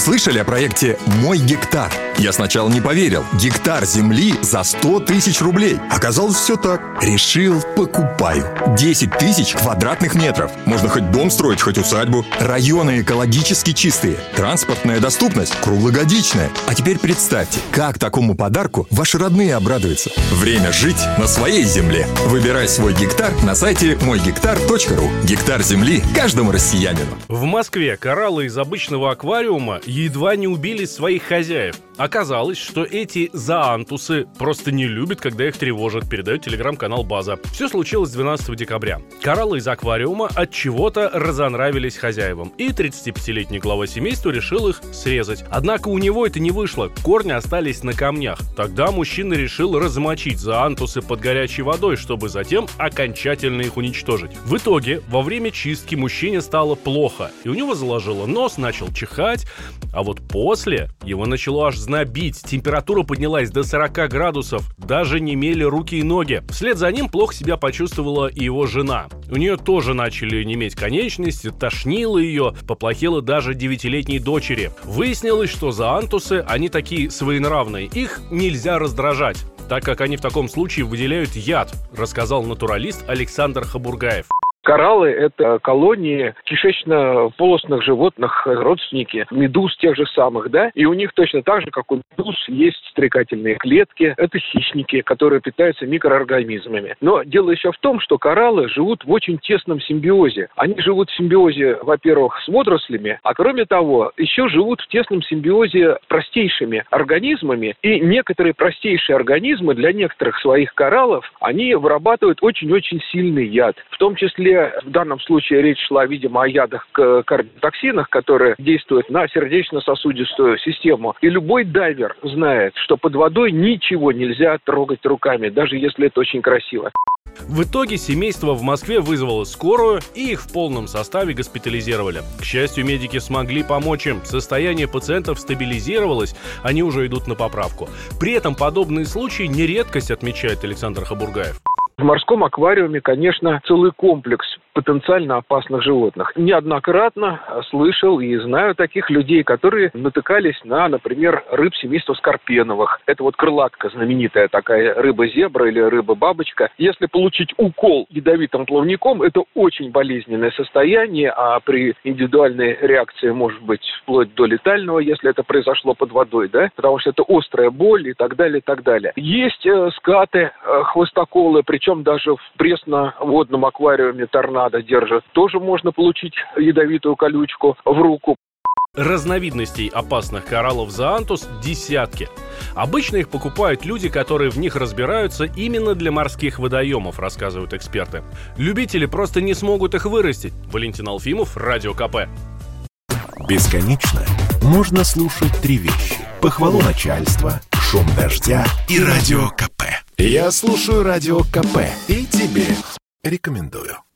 Слышали о проекте «Мой гектар»? Я сначала не поверил. Гектар земли за 100 тысяч рублей. Оказалось, все так. Решил, покупаю. 10 тысяч квадратных метров. Можно хоть дом строить, хоть усадьбу. Районы экологически чистые. Транспортная доступность круглогодичная. А теперь представьте, как такому подарку ваши родные обрадуются. Время жить на своей земле. Выбирай свой гектар на сайте moygektar.ru. Гектар земли каждому россиянину. В Москве кораллы из обычного аквариума едва не убили своих хозяев. Оказалось, что эти зоантусы просто не любят, когда их тревожат, передает телеграм-канал «База». Все случилось 12 декабря. Кораллы из аквариума от чего-то разонравились хозяевам, и 35-летний глава семейства решил их срезать. Однако у него это не вышло, корни остались на камнях. Тогда мужчина решил размочить зоантусы под горячей водой, чтобы затем окончательно их уничтожить. В итоге, во время чистки мужчине стало плохо, и у него заложило нос, начал чихать, а вот после его начало аж знобить, температура поднялась до 40 градусов, даже немели руки и ноги. Вслед за ним плохо себя почувствовала и его жена. У нее тоже начали неметь конечности, тошнило ее, поплохело даже 9-летней дочери. Выяснилось, что зоантусы, они такие своенравные, их нельзя раздражать, так как они в таком случае выделяют яд, рассказал натуралист Александр Хабургаев. Кораллы – это колонии кишечно-полостных животных, родственники медуз тех же самых, да? И у них точно так же, как у медуз, есть стрекательные клетки. Это хищники, которые питаются микроорганизмами. Но дело еще в том, что кораллы живут в очень тесном симбиозе. Они живут в симбиозе, во-первых, с водорослями, а кроме того, еще живут в тесном симбиозе с простейшими организмами. И некоторые простейшие организмы для некоторых своих кораллов, они вырабатывают очень-очень сильный яд. В том числе в данном случае речь шла, видимо, о ядах, кардиотоксинах, которые действуют на сердечно-сосудистую систему. И любой дайвер знает, что под водой ничего нельзя трогать руками, даже если это очень красиво. В итоге семейство в Москве вызвало скорую, и их в полном составе госпитализировали. К счастью, медики смогли помочь им. Состояние пациентов стабилизировалось, они уже идут на поправку. При этом подобные случаи не редкость, отмечает Александр Хабургаев. В морском аквариуме, конечно, целый комплекс потенциально опасных животных. Неоднократно слышал и знаю таких людей, которые натыкались на, например, рыб семейства скорпеновых. Это вот крылатка, знаменитая такая рыба-зебра или рыба-бабочка. Если получить укол ядовитым плавником, это очень болезненное состояние, а при индивидуальной реакции может быть вплоть до летального, если это произошло под водой, да, потому что это острая боль и так далее, и так далее. Есть скаты, хвостоколы, причем даже в пресноводном аквариуме торнадо держат. Тоже можно получить ядовитую колючку в руку. Разновидностей опасных кораллов зоантус десятки. Обычно их покупают люди, которые в них разбираются именно для морских водоемов, рассказывают эксперты. Любители просто не смогут их вырастить. Валентин Алфимов, Радио КП. Бесконечно можно слушать три вещи: похвалу начальства, шум дождя и Радио КП. Я слушаю Радио КП и тебе рекомендую.